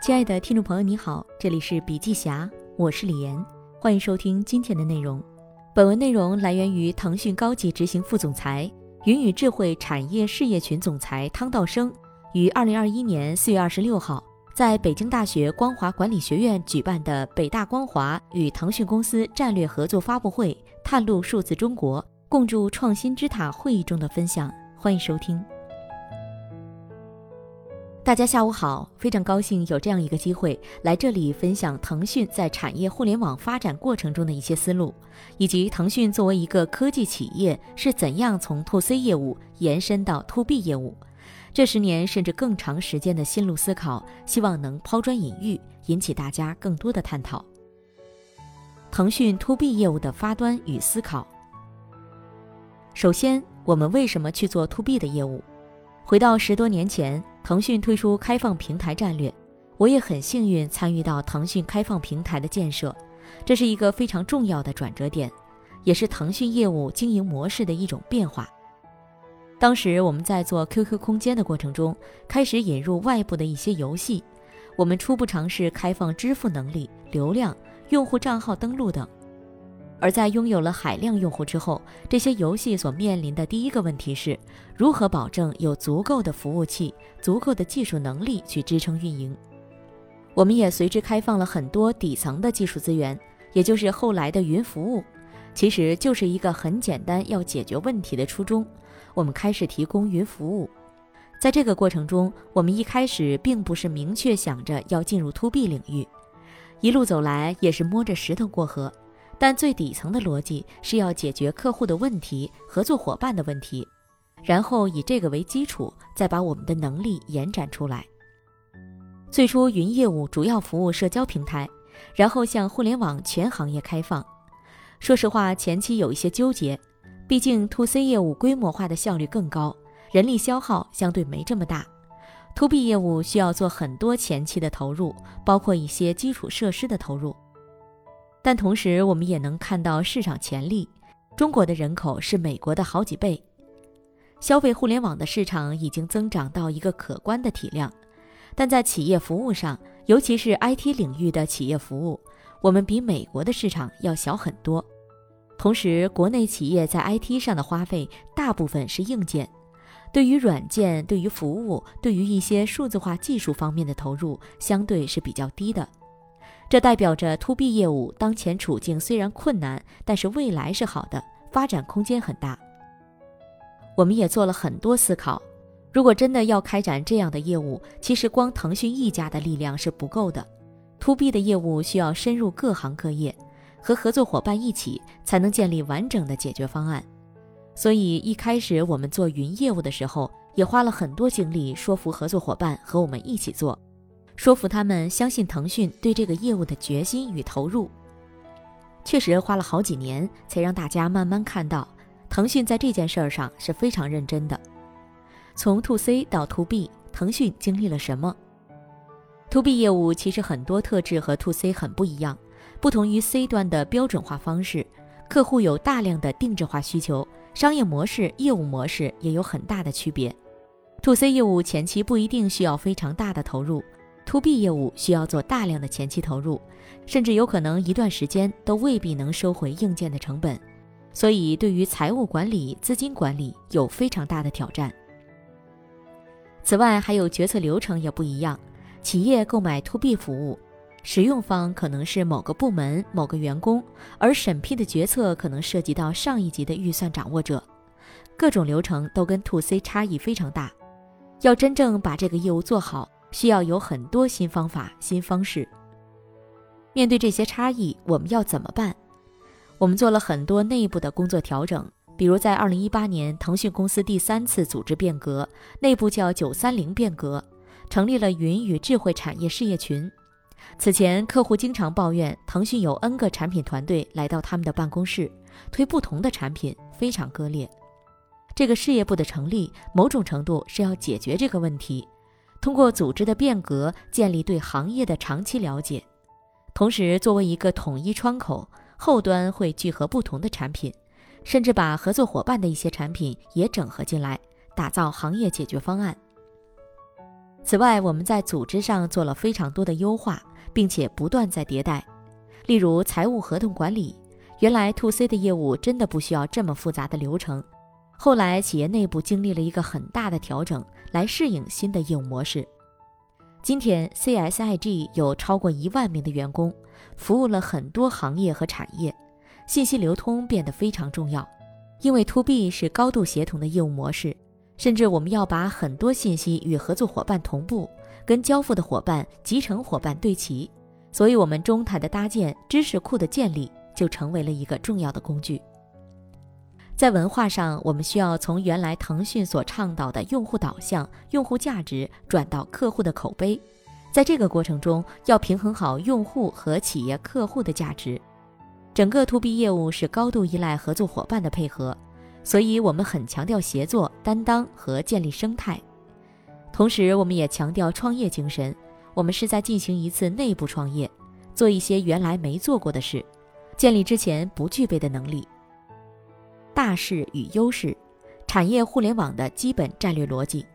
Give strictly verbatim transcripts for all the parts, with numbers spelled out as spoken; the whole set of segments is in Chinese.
亲爱的听众朋友你好，这里是笔记侠，我是李岩，欢迎收听今天的内容。本文内容来源于腾讯高级执行副总裁、云与智慧产业事业群总裁汤道生于二零二一年四月二十六号在北京大学光华管理学院举办的北大光华与腾讯公司战略合作发布会探路数字中国，共筑创新之塔会议中的分享，欢迎收听。大家下午好，非常高兴有这样一个机会来这里分享腾讯在产业互联网发展过程中的一些思路，以及腾讯作为一个科技企业是怎样从 to C 业务延伸到 to B 业务，这十年甚至更长时间的心路思考，希望能抛砖引玉，引起大家更多的探讨。腾讯 to B 业务的发端与思考。首先，我们为什么去做 to B 的业务？回到十多年前，腾讯推出开放平台战略，我也很幸运参与到腾讯开放平台的建设，这是一个非常重要的转折点，也是腾讯业务经营模式的一种变化。当时我们在做 Q Q 空间的过程中，开始引入外部的一些游戏，我们初步尝试开放支付能力、流量、用户账号登录等。而在拥有了海量用户之后，这些游戏所面临的第一个问题是，如何保证有足够的服务器、足够的技术能力去支撑运营。我们也随之开放了很多底层的技术资源，也就是后来的云服务，其实就是一个很简单要解决问题的初衷，我们开始提供云服务。在这个过程中，我们一开始并不是明确想着要进入 to B 领域，一路走来也是摸着石头过河，但最底层的逻辑是要解决客户的问题、合作伙伴的问题，然后以这个为基础，再把我们的能力延展出来。最初云业务主要服务社交平台，然后向互联网全行业开放。说实话，前期有一些纠结，毕竟 to C 业务规模化的效率更高，人力消耗相对没这么大。to B 业务需要做很多前期的投入，包括一些基础设施的投入。但同时我们也能看到市场潜力，中国的人口是美国的好几倍，消费互联网的市场已经增长到一个可观的体量，但在企业服务上，尤其是 I T 领域的企业服务，我们比美国的市场要小很多。同时，国内企业在 I T 上的花费大部分是硬件，对于软件、对于服务、对于一些数字化技术方面的投入相对是比较低的。这代表着 to B 业务当前处境虽然困难，但是未来是好的，发展空间很大。我们也做了很多思考，如果真的要开展这样的业务，其实光腾讯一家的力量是不够的， to B 的业务需要深入各行各业，和合作伙伴一起才能建立完整的解决方案。所以一开始我们做云业务的时候，也花了很多精力说服合作伙伴和我们一起做，说服他们相信腾讯对这个业务的决心与投入。确实花了好几年，才让大家慢慢看到腾讯在这件事儿上是非常认真的。从 to C 到 to B， 腾讯经历了什么？ to B 业务其实很多特质和 to C 很不一样，不同于 C 端的标准化方式，客户有大量的定制化需求，商业模式、业务模式也有很大的区别。 to C 业务前期不一定需要非常大的投入， to B 业务需要做大量的前期投入，甚至有可能一段时间都未必能收回硬件的成本，所以对于财务管理、资金管理有非常大的挑战。此外，还有决策流程也不一样，企业购买 to B 服务，使用方可能是某个部门、某个员工，而审批的决策可能涉及到上一级的预算掌握者，各种流程都跟 to C 差异非常大。要真正把这个业务做好，需要有很多新方法、新方式。面对这些差异，我们要怎么办？我们做了很多内部的工作调整，比如在二零一八年，腾讯公司第三次组织变革，内部叫九三零变革，成立了云与智慧产业事业群。此前，客户经常抱怨腾讯有 N 个产品团队来到他们的办公室，推不同的产品，非常割裂。这个事业部的成立，某种程度是要解决这个问题，通过组织的变革，建立对行业的长期了解。同时，作为一个统一窗口，后端会聚合不同的产品，甚至把合作伙伴的一些产品也整合进来，打造行业解决方案。 此外，我们在组织上做了非常多的优化，并且不断在迭代。例如财务合同管理，原来 to C 的业务真的不需要这么复杂的流程，后来企业内部经历了一个很大的调整，来适应新的业务模式。今天 C S I G 有超过一万名的员工，服务了很多行业和产业，信息流通变得非常重要，因为 to B 是高度协同的业务模式，甚至我们要把很多信息与合作伙伴同步，跟交付的伙伴、集成伙伴对齐，所以我们中台的搭建、知识库的建立就成为了一个重要的工具。在文化上，我们需要从原来腾讯所倡导的用户导向、用户价值转到客户的口碑，在这个过程中要平衡好用户和企业客户的价值。整个 to B 业务是高度依赖合作伙伴的配合，所以我们很强调协作、担当和建立生态。同时，我们也强调创业精神，我们是在进行一次内部创业，做一些原来没做过的事，建立之前不具备的能力。大势与优势，产业互联网的基本战略逻辑。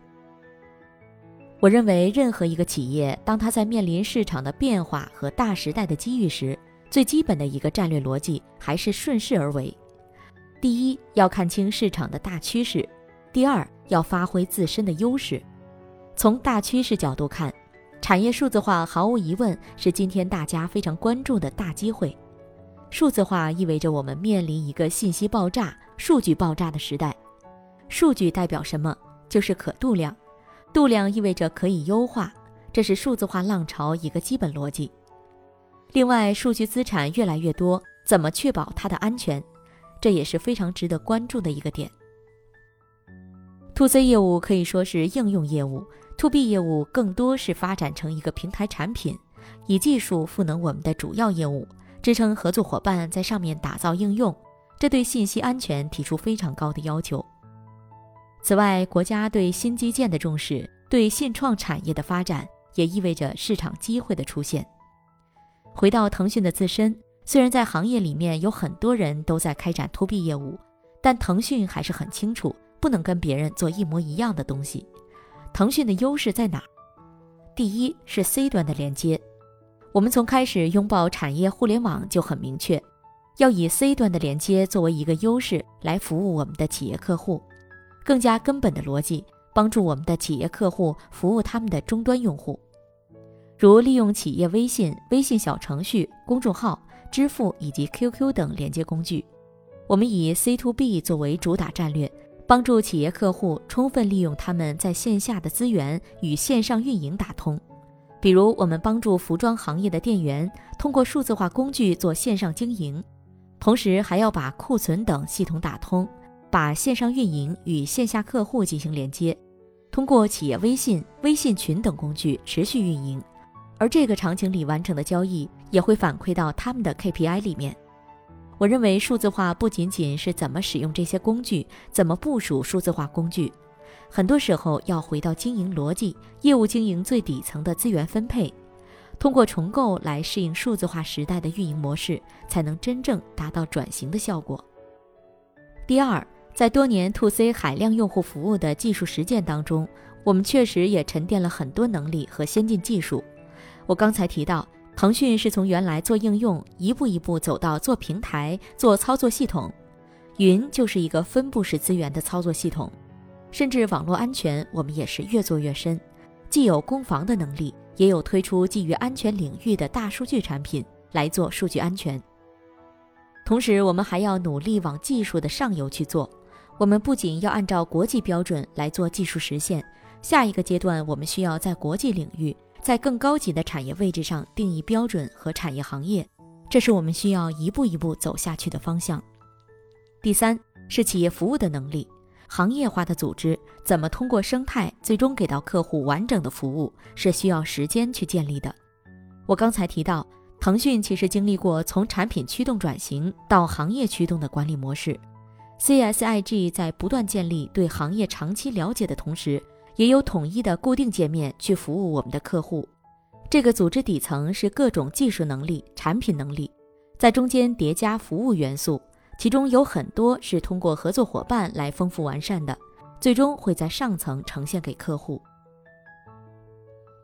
我认为任何一个企业，当它在面临市场的变化和大时代的机遇时，最基本的一个战略逻辑还是顺势而为。第一，要看清市场的大趋势；第二，要发挥自身的优势。从大趋势角度看，产业数字化毫无疑问是今天大家非常关注的大机会。数字化意味着我们面临一个信息爆炸、数据爆炸的时代。数据代表什么？就是可度量。度量意味着可以优化，这是数字化浪潮一个基本逻辑。另外，数据资产越来越多，怎么确保它的安全？这也是非常值得关注的一个点。to C 业务可以说是应用业务， to B 业务更多是发展成一个平台产品，以技术赋能我们的主要业务，支撑合作伙伴在上面打造应用，这对信息安全提出非常高的要求。此外，国家对新基建的重视，对信创产业的发展，也意味着市场机会的出现。回到腾讯的自身，虽然在行业里面有很多人都在开展 to B 业务，但腾讯还是很清楚，不能跟别人做一模一样的东西。腾讯的优势在哪儿？第一是 C 端的连接。我们从开始拥抱产业互联网就很明确，要以 C 端的连接作为一个优势来服务我们的企业客户。更加根本的逻辑，帮助我们的企业客户服务他们的终端用户，如利用企业微信、微信小程序、公众号、支付以及 Q Q 等连接工具。我们以 C to B 作为主打战略，帮助企业客户充分利用他们在线下的资源与线上运营打通。比如，我们帮助服装行业的店员通过数字化工具做线上经营，同时还要把库存等系统打通，把线上运营与线下客户进行连接，通过企业微信、微信群等工具持续运营，而这个场景里完成的交易也会反馈到他们的 K P I 里面。我认为数字化不仅仅是怎么使用这些工具，怎么部署数字化工具，很多时候要回到经营逻辑、业务经营最底层的资源分配，通过重构来适应数字化时代的运营模式，才能真正达到转型的效果。第二，在多年 to C 海量用户服务的技术实践当中，我们确实也沉淀了很多能力和先进技术。我刚才提到，腾讯是从原来做应用，一步一步走到做平台、做操作系统，云就是一个分布式资源的操作系统，甚至网络安全我们也是越做越深，既有攻防的能力，也有推出基于安全领域的大数据产品来做数据安全。同时，我们还要努力往技术的上游去做，我们不仅要按照国际标准来做技术实现，下一个阶段我们需要在国际领域，在更高级的产业位置上定义标准和产业行业，这是我们需要一步一步走下去的方向。第三是企业服务的能力，行业化的组织怎么通过生态最终给到客户完整的服务，是需要时间去建立的。我刚才提到，腾讯其实经历过从产品驱动转型到行业驱动的管理模式， C S I G 在不断建立对行业长期了解的同时，也有统一的固定界面去服务我们的客户。这个组织底层是各种技术能力、产品能力，在中间叠加服务元素，其中有很多是通过合作伙伴来丰富完善的，最终会在上层呈现给客户。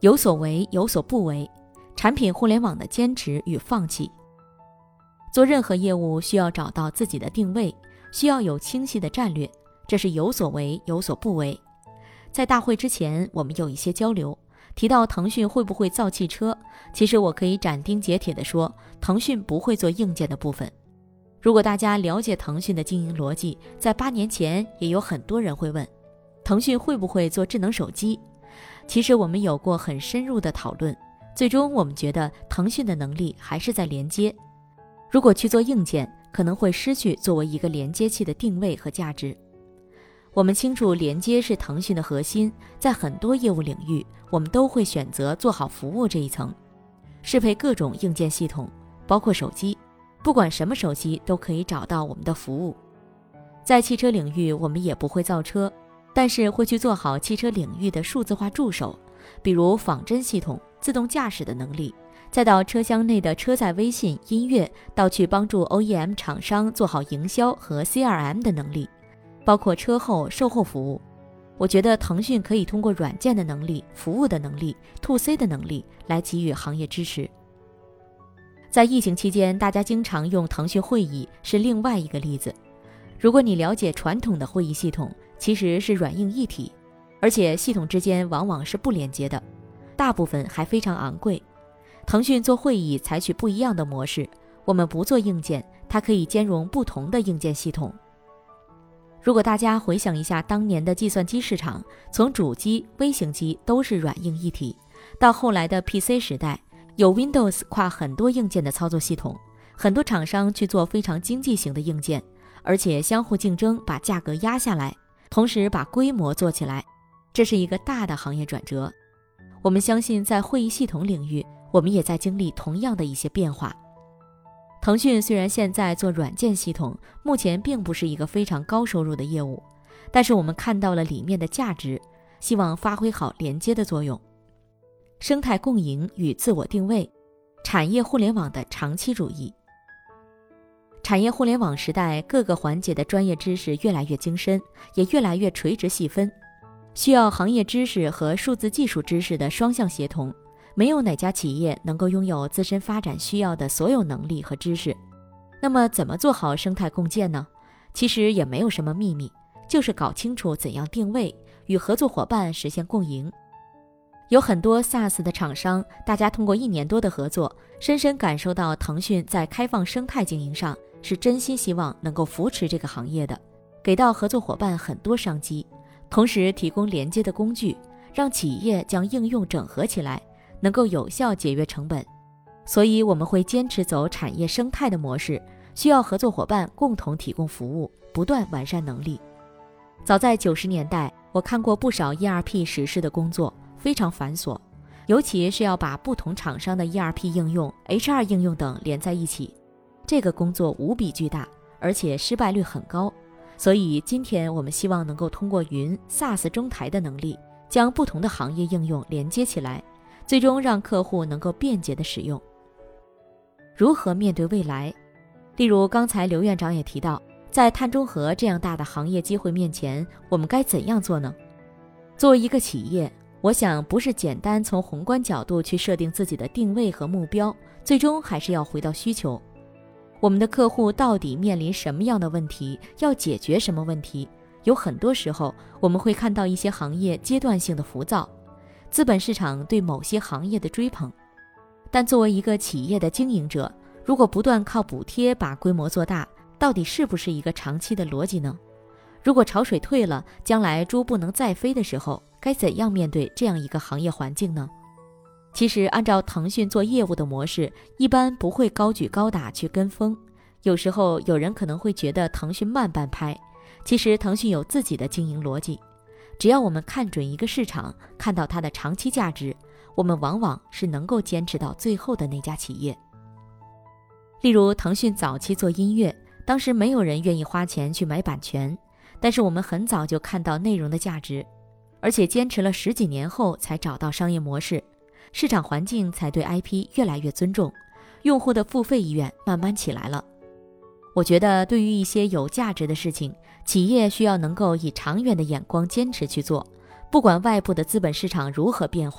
有所为有所不为，产品互联网的坚持与放弃。做任何业务需要找到自己的定位，需要有清晰的战略，这是有所为有所不为。在大会之前，我们有一些交流，提到腾讯会不会造汽车，其实我可以斩钉截铁地说，腾讯不会做硬件的部分。如果大家了解腾讯的经营逻辑，在八年前也有很多人会问，腾讯会不会做智能手机？其实我们有过很深入的讨论，最终我们觉得腾讯的能力还是在连接。如果去做硬件，可能会失去作为一个连接器的定位和价值。我们清楚连接是腾讯的核心，在很多业务领域，我们都会选择做好服务这一层，适配各种硬件系统，包括手机，不管什么手机都可以找到我们的服务。在汽车领域，我们也不会造车，但是会去做好汽车领域的数字化助手，比如仿真系统、自动驾驶的能力，再到车厢内的车载微信、音乐，到去帮助 O E M 厂商做好营销和 C R M 的能力，包括车后售后服务。我觉得腾讯可以通过软件的能力、服务的能力、to C 的能力来给予行业支持。在疫情期间，大家经常用腾讯会议是另外一个例子。如果你了解传统的会议系统，其实是软硬一体，而且系统之间往往是不连接的，大部分还非常昂贵。腾讯做会议采取不一样的模式，我们不做硬件，它可以兼容不同的硬件系统。如果大家回想一下当年的计算机市场，从主机、微型机都是软硬一体，到后来的 P C 时代，有 Windows 跨很多硬件的操作系统，很多厂商去做非常经济型的硬件，而且相互竞争，把价格压下来，同时把规模做起来，这是一个大的行业转折。我们相信在会议系统领域，我们也在经历同样的一些变化。腾讯虽然现在做软件系统，目前并不是一个非常高收入的业务，但是我们看到了里面的价值，希望发挥好连接的作用。生态共赢与自我定位，产业互联网的长期主义。产业互联网时代，各个环节的专业知识越来越精深，也越来越垂直细分，需要行业知识和数字技术知识的双向协同。没有哪家企业能够拥有自身发展需要的所有能力和知识。那么怎么做好生态共建呢？其实也没有什么秘密，就是搞清楚怎样定位，与合作伙伴实现共赢。有很多 SaaS 的厂商，大家通过一年多的合作，深深感受到腾讯在开放生态经营上是真心希望能够扶持这个行业的，给到合作伙伴很多商机，同时提供连接的工具，让企业将应用整合起来，能够有效节约成本。所以我们会坚持走产业生态的模式，需要合作伙伴共同提供服务，不断完善能力。早在九十年代，我看过不少 E R P 实施的工作，非常繁琐，尤其是要把不同厂商的 E R P 应用、H R 应用等连在一起，这个工作无比巨大，而且失败率很高。所以今天我们希望能够通过云 SaaS 中台的能力，将不同的行业应用连接起来，最终让客户能够便捷的使用。如何面对未来？例如刚才刘院长也提到，在碳中和这样大的行业机会面前，我们该怎样做呢？作为一个企业，我想不是简单从宏观角度去设定自己的定位和目标，最终还是要回到需求。我们的客户到底面临什么样的问题，要解决什么问题？有很多时候我们会看到一些行业阶段性的浮躁，资本市场对某些行业的追捧，但作为一个企业的经营者，如果不断靠补贴把规模做大，到底是不是一个长期的逻辑呢？如果潮水退了，将来猪不能再飞的时候，该怎样面对这样一个行业环境呢？其实按照腾讯做业务的模式，一般不会高举高打去跟风。有时候有人可能会觉得腾讯慢半拍，其实腾讯有自己的经营逻辑。只要我们看准一个市场，看到它的长期价值，我们往往是能够坚持到最后的那家企业。例如腾讯早期做音乐，当时没有人愿意花钱去买版权，但是我们很早就看到内容的价值，而且坚持了十几年后才找到商业模式，市场环境才对 I P 越来越尊重，用户的付费意愿慢慢起来了。我觉得对于一些有价值的事情，企业需要能够以长远的眼光坚持去做，不管外部的资本市场如何变化，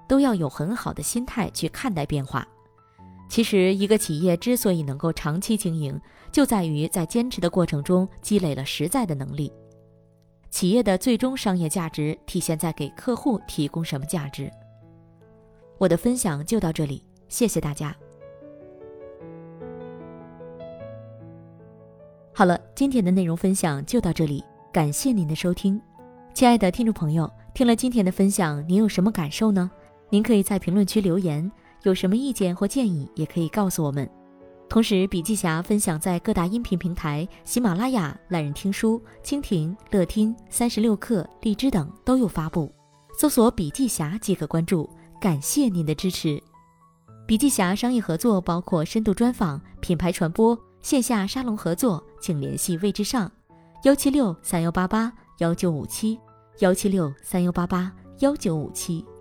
都要有很好的心态去看待变化。其实一个企业之所以能够长期经营，就在于在坚持的过程中积累了实在的能力。企业的最终商业价值体现在给客户提供什么价值。我的分享就到这里，谢谢大家。好了，今天的内容分享就到这里，感谢您的收听。亲爱的听众朋友，听了今天的分享，您有什么感受呢？您可以在评论区留言，有什么意见或建议也可以告诉我们。同时，笔记侠分享在各大音频平台喜马拉雅、懒人听书、蜻蜓、乐听、三十六课、荔枝等都有发布，搜索笔记侠即可关注。感谢您的支持。笔记侠商业合作包括深度专访、品牌传播、线下沙龙合作，请联系魏之上幺七六三幺八八幺九五七幺七六三幺八八幺九五七。